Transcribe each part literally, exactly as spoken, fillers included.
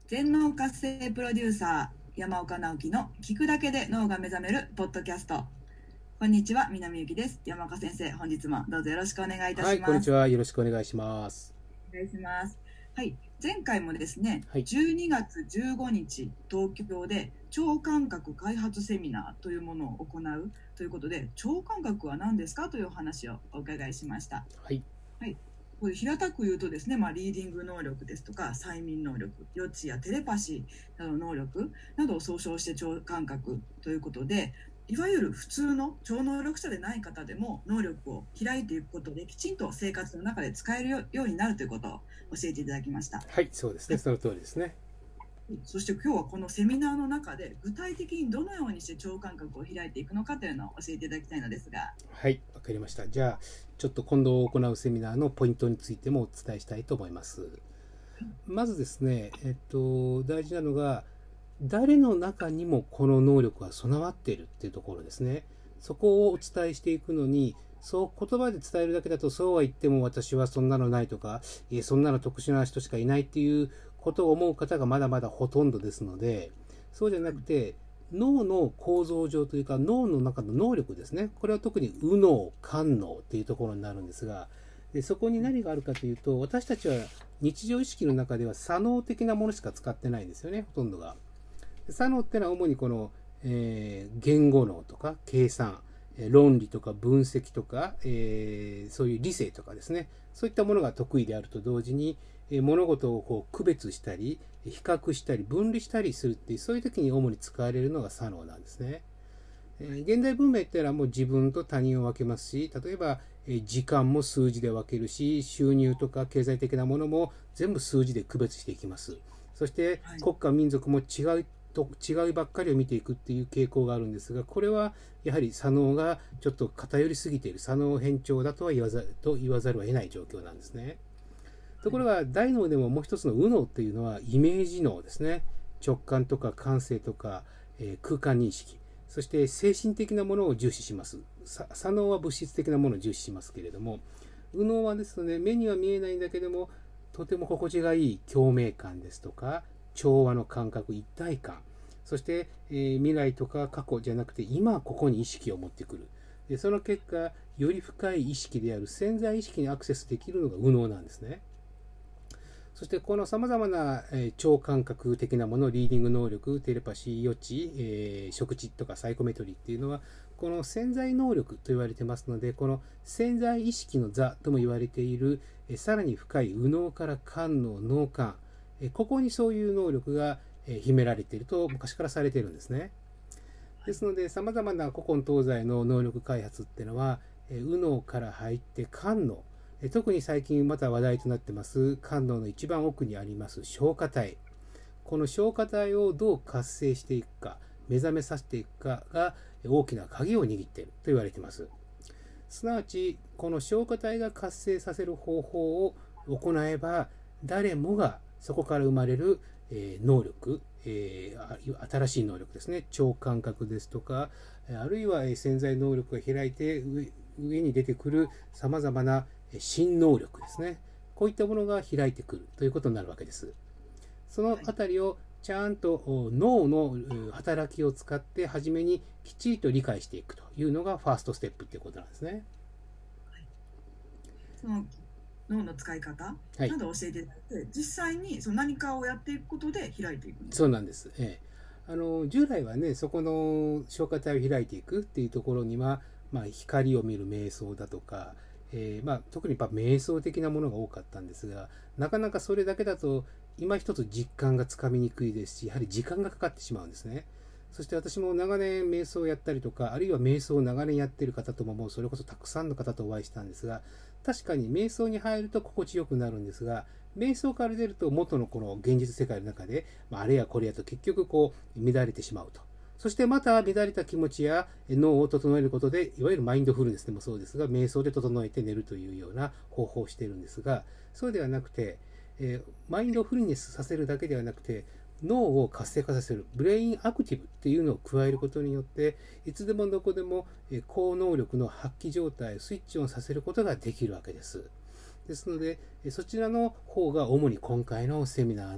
全脳活性プロデューサー山岡直樹の聞くだけで脳が目覚めるポッドキャスト。こんにちは、南由紀です。山岡先生、本日もどうぞよろしくお願いいたします。 はい、こんにちは。よろしくお願いします。 お願いします。はい、前回もですね、 はい、 じゅうにがつじゅうごにち東京で超感覚開発セミナーというものを行うということで、超感覚は何ですかというお話をお伺いしました。 はい、 はい、これ平たく言うとですね、まあ、リーディング能力ですとか催眠能力、予知やテレパシーなどの能力などを総称して超感覚ということで、いわゆる普通の超能力者でない方でも能力を開いていくことできちんと生活の中で使えるようになるということを教えていただきました。 はい、そうですね、その通りですね。 そして今日はこのセミナーの中で具体的にどのようにして超感覚を開いていくのかというのを教えていただきたいのですが。 はい、わかりました。じゃあちょっと今度行うセミナーのポイントについてもお伝えしたいと思います。まずですね、えっと大事なのが誰の中にもこの能力は備わっているっていうところですね。そこをお伝えしていくのに、そう言葉で伝えるだけだと、そうは言っても私はそんなのないとか、えそんなの特殊な人しかいないっていうことを思う方がまだまだほとんどですので、そうじゃなくて脳の構造上というか脳の中の能力ですね。これは特に右脳、間脳っていうところになるんですが、でそこに何があるかというと、私たちは日常意識の中では左脳的なものしか使ってないんですよね、ほとんどが。左脳ってのは主にこの、えー、言語脳とか計算、論理とか分析とか、えー、そういう理性とかですね、そういったものが得意であると同時に、えー、物事をこう区別したり比較したり分離したりするっていう、そういう時に主に使われるのが左脳なんですね。えー、現代文明っていうのはもう自分と他人を分けますし、例えば、えー、時間も数字で分けるし、収入とか経済的なものも全部数字で区別していきます。そして国家民族も違うと違いばっかりを見ていくっていう傾向があるんですが、これはやはり左脳がちょっと偏りすぎている、左脳偏重だとは言わざと言わざるを得ない状況なんですね。ところが大脳でももう一つの右脳っていうのはイメージ脳ですね。直感とか感性とか、えー、空間認識、そして精神的なものを重視します。左脳は物質的なものを重視しますけれども、右脳はですね、目には見えないんだけどもとても心地がいい共鳴感ですとか調和の感覚、一体感、そして、えー、未来とか過去じゃなくて今ここに意識を持ってくる。でその結果、より深い意識である潜在意識にアクセスできるのが右脳なんですね。そしてこのさまざまな、えー、超感覚的なもの、リーディング能力、テレパシー、予知、えー、触知とかサイコメトリーっていうのはこの潜在能力と言われてますので、この潜在意識の座とも言われている、えー、さらに深い右脳から間脳、脳幹、えー、ここにそういう能力が秘められていると昔からされているんですね。ですので、さまざまな古今東西の能力開発っていうのは、右脳から入って間脳、特に最近また話題となってます間脳の一番奥にあります消化体。この消化体をどう活性していくか、目覚めさせていくかが大きな鍵を握っていると言われています。すなわち、この消化体が活性させる方法を行えば、誰もがそこから生まれるえー、能力、えー、新しい能力ですね、超感覚ですとか、あるいは潜在能力が開いて 上, 上に出てくるさまざまな新能力ですね、こういったものが開いてくるということになるわけです。そのあたりをちゃんと脳の働きを使って初めにきっちりと理解していくというのがファーストステップということなんですね。 はい、その脳の使い方などを教えていただいて、はい、実際にその何かをやっていくことで開いていくんです。 そうなんです、ええ、あの従来はね、そこの消化体を開いていくっていうところには、まあ、光を見る瞑想だとか、えーまあ、特にやっぱ瞑想的なものが多かったんですが、なかなかそれだけだと今一つ実感がつかみにくいですし、やはり時間がかかってしまうんですね。そして私も長年瞑想をやったりとか、あるいは瞑想を長年やっている方とももうそれこそたくさんの方とお会いしたんですが、確かに瞑想に入ると心地よくなるんですが、瞑想から出ると元のこの現実世界の中で、まあ、あれやこれやと結局こう乱れてしまうと。そしてまた乱れた気持ちや脳を整えることで、いわゆるマインドフルネスでもそうですが、瞑想で整えて寝るというような方法をしているんですが、そうではなくて、えー、マインドフルネスさせるだけではなくて、脳を活性化させるブレインアクティブっていうのを加えることによって、いつでもどこでも高能力の発揮状態、スイッチオンさせることができるわけです。ですので、そちらの方が主に今回のセミナーの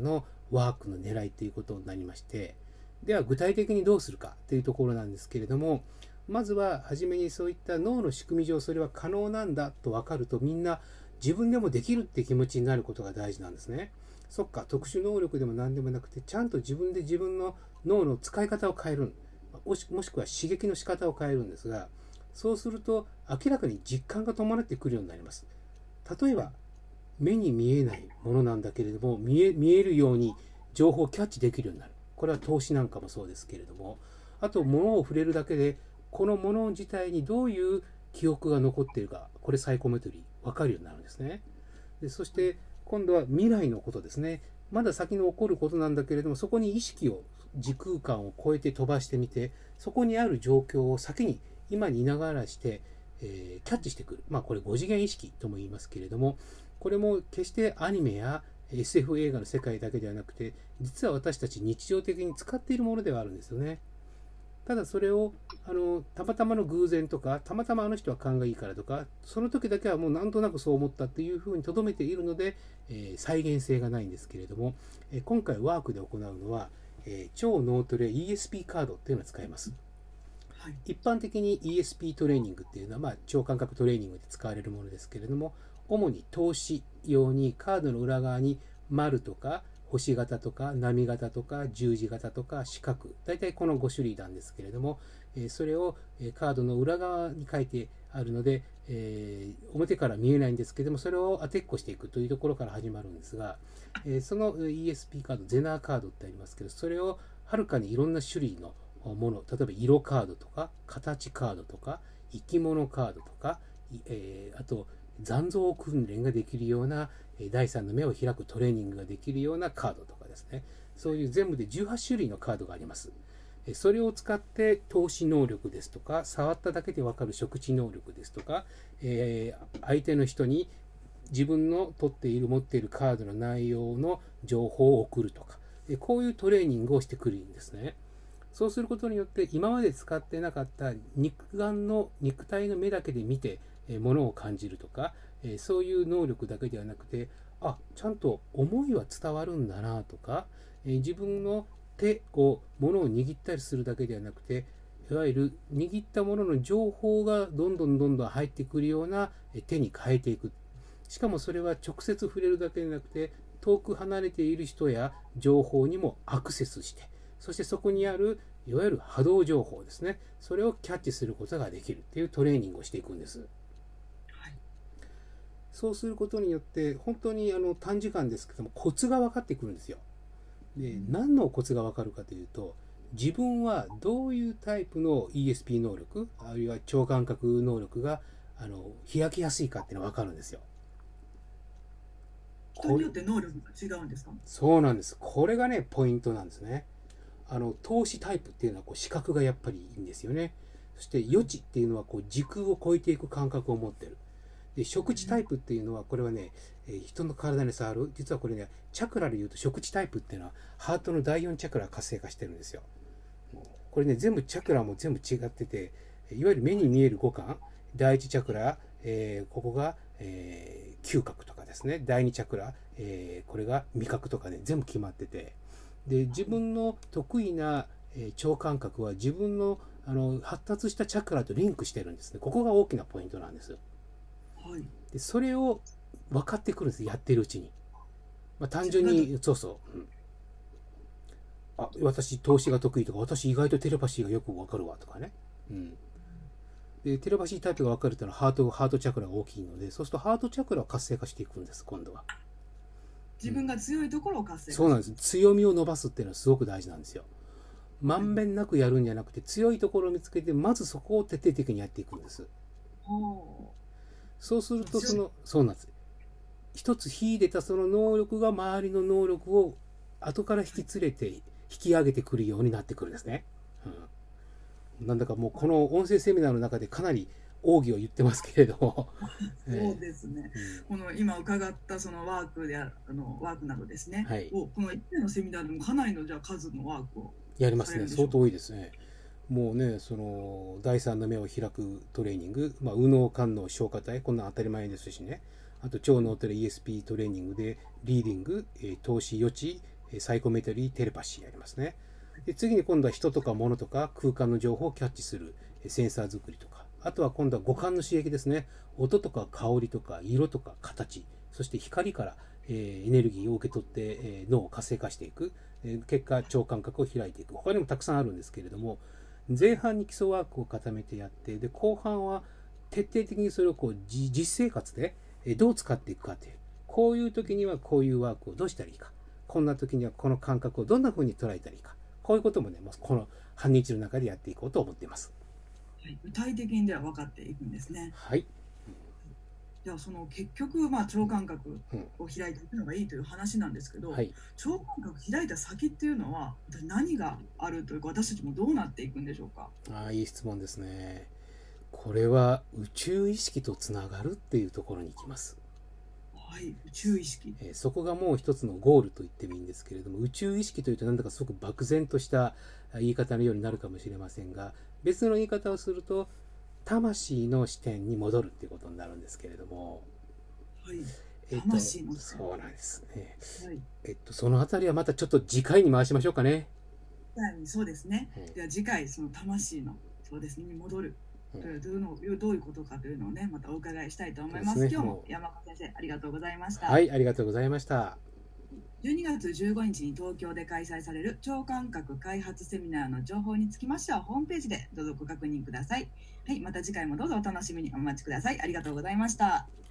ワークの狙いということになりまして、では具体的にどうするかというところなんですけれども、まずは初めにそういった脳の仕組み上それは可能なんだと分かると、みんな自分でもできるって気持ちになることが大事なんですね。そっか、特殊能力でも何でもなくて、ちゃんと自分で自分の脳の使い方を変える、もしもしくは刺激の仕方を変えるんですが、そうすると明らかに実感が伴ってくるようになります。例えば目に見えないものなんだけれども、見え、見えるように情報をキャッチできるようになる。これは投資なんかもそうですけれども、あと物を触れるだけでこのもの自体にどういう記憶が残っているか、これサイコメトリー分かるようになるんですね。でそして今度は未来のことですね。まだ先の起こることなんだけれども、そこに意識を、時空間を超えて飛ばしてみて、そこにある状況を先に今にいながらして、えー、キャッチしてくる。まあこれご次元意識とも言いますけれども、これも決してアニメや エスエフ 映画の世界だけではなくて、実は私たち日常的に使っているものではあるんですよね。ただそれをあのたまたまの偶然とか、たまたまあの人は勘がいいからとか、その時だけはもうなんとなくそう思ったっていうふうにとどめているので、えー、再現性がないんですけれども、えー、今回ワークで行うのは、えー、超脳トレ イーエスピー カードっていうのを使います。はい、一般的に イーエスピー トレーニングっていうのは、まあ、超感覚トレーニングで使われるものですけれども、主に投資用にカードの裏側に丸とか星型とか波型とか十字型とか四角、大体このご種類なんですけれども、それをカードの裏側に書いてあるので、えー、表から見えないんですけれども、それを当てっこしていくというところから始まるんですが、その イーエスピー カード、ゼナーカードってありますけど、それをはるかにいろんな種類のもの、例えば色カードとか形カードとか生き物カードとか、えー、あと残像訓練ができるような、第三の目を開くトレーニングができるようなカードとかですね、そういう全部でじゅうはち種類のカードがあります。それを使って投資能力ですとか、触っただけで分かる触知能力ですとか、えー、相手の人に自分の取っている持っているカードの内容の情報を送るとか、こういうトレーニングをしてくるんですね。そうすることによって今まで使ってなかった肉眼の肉体の目だけで見てものを感じるとか、そういう能力だけではなくて、あ、ちゃんと思いは伝わるんだなとか、自分の手を物を握ったりするだけではなくて、いわゆる握ったものの情報がどんどんどんどん入ってくるような手に変えていく。しかもそれは直接触れるだけでなくて、遠く離れている人や情報にもアクセスして、そしてそこにあるいわゆる波動情報ですね、それをキャッチすることができるっていうトレーニングをしていくんです。はい、そうすることによって本当にあの短時間ですけどもコツが分かってくるんですよ。で、何のコツが分かるかというと、自分はどういうタイプの イーエスピー 能力、あるいは超感覚能力があの開きやすいかっていうのが分かるんですよ。 人によって能力が違うんですか？ そうなんです。これがねポイントなんですね。あの投資タイプっていうのはこう視覚がやっぱりいいんですよね。そして予知っていうのはこう時空を超えていく感覚を持ってる。で、触知タイプっていうのはこれはね、えー、人の体に触る、実はこれね、チャクラで言うと触知タイプっていうのはハートのだいよんチャクラが活性化してるんですよ。これね、全部チャクラも全部違ってて、いわゆる目に見える五感、だいいちチャクラ、えー、ここが、えー、嗅覚とかですね、だいにチャクラ、えー、これが味覚とかね、全部決まってて、で、自分の得意な、えー、超感覚は自分の、あの発達したチャクラとリンクしてるんですね。ここが大きなポイントなんです。はい、でそれを分かってくるんです、やってるうちに。まあ、単純に、そうそう、うん、あ、私投資が得意とか、私意外とテレパシーがよく分かるわとかね。うん、でテレパシータイプが分かるというのはハート、ハートチャクラが大きいので、そうするとハートチャクラを活性化していくんです、今度は。 自分が強いところを活性化、 うん、そうなんです。強みを伸ばすっていうのはすごく大事なんですよ。まんべんなくやるんじゃなくて、強いところを見つけて、まずそこを徹底的にやっていくんです。そうすると、その、そうなんです。一つ秀でたその能力が周りの能力を後から引き連れて、引き上げてくるようになってくるんですね。うん、なんだかもうこの音声セミナーの中でかなり奥義を言ってますけれどもそうですね、うん、この今伺ったそのワークであのワークなどですね、はい、をこのいっかいのセミナーでもかなりのじゃあ数のワークをやりますね。相当多いですね。もうね、そのだいさんの目を開くトレーニング、まあ、右脳観脳消化体、こんな当たり前ですしね、あと超脳トレ イーエスピー トレーニングでリーディング、えー、投資予知、 サイコメトリー、テレパシーありますね。で次に今度は人とか物とか空間の情報をキャッチするセンサー作りとか、あとは今度は五感の刺激ですね。音とか香りとか色とか形、そして光から、えー、エネルギーを受け取って、えー、脳を活性化していく、えー、結果超感覚を開いていく。他にもたくさんあるんですけれども、前半に基礎ワークを固めてやって、で後半は徹底的にそれをこう実生活でどう使っていくかという、こういう時にはこういうワークをどうしたらいいか、こんな時にはこの感覚をどんな風に捉えたらいいか、こういうこともね、この半日の中でやっていこうと思っています。 はい、具体的にでは分かっていくんですね。 はい。 じゃあその結局、まあ、超感覚を開いていくのがいいという話なんですけど、 うん、はい、 超感覚開いた先っていうのは何があるというか、私たちもどうなっていくんでしょうか。 ああ、いい質問ですね。これは宇宙意識とつながるっていうところに行きます。 はい、宇宙意識、 えー、そこがもう一つのゴールと言ってもいいんですけれども、宇宙意識というとなんだかすごく漠然とした言い方のようになるかもしれませんが、別の言い方をすると魂の視点に戻るっていうことになるんですけれども、 はい、 えっと、 魂の視点、そうなんですね、 はい、 えっと、そのあたりはまたちょっと次回に回しましょうかね。 そうですね、 うん、 では次回その魂のそうですねに戻るというどういうのどういうことかというのをね、またお伺いしたいと思います。ね、今日も山岡先生ありがとうございました。 はい、ありがとうございました。 じゅうにがつじゅうごにちに東京で開催される超感覚開発セミナーの情報につきましてはホームページでどうぞご確認ください。はい、また次回もどうぞお楽しみにお待ちください。ありがとうございました。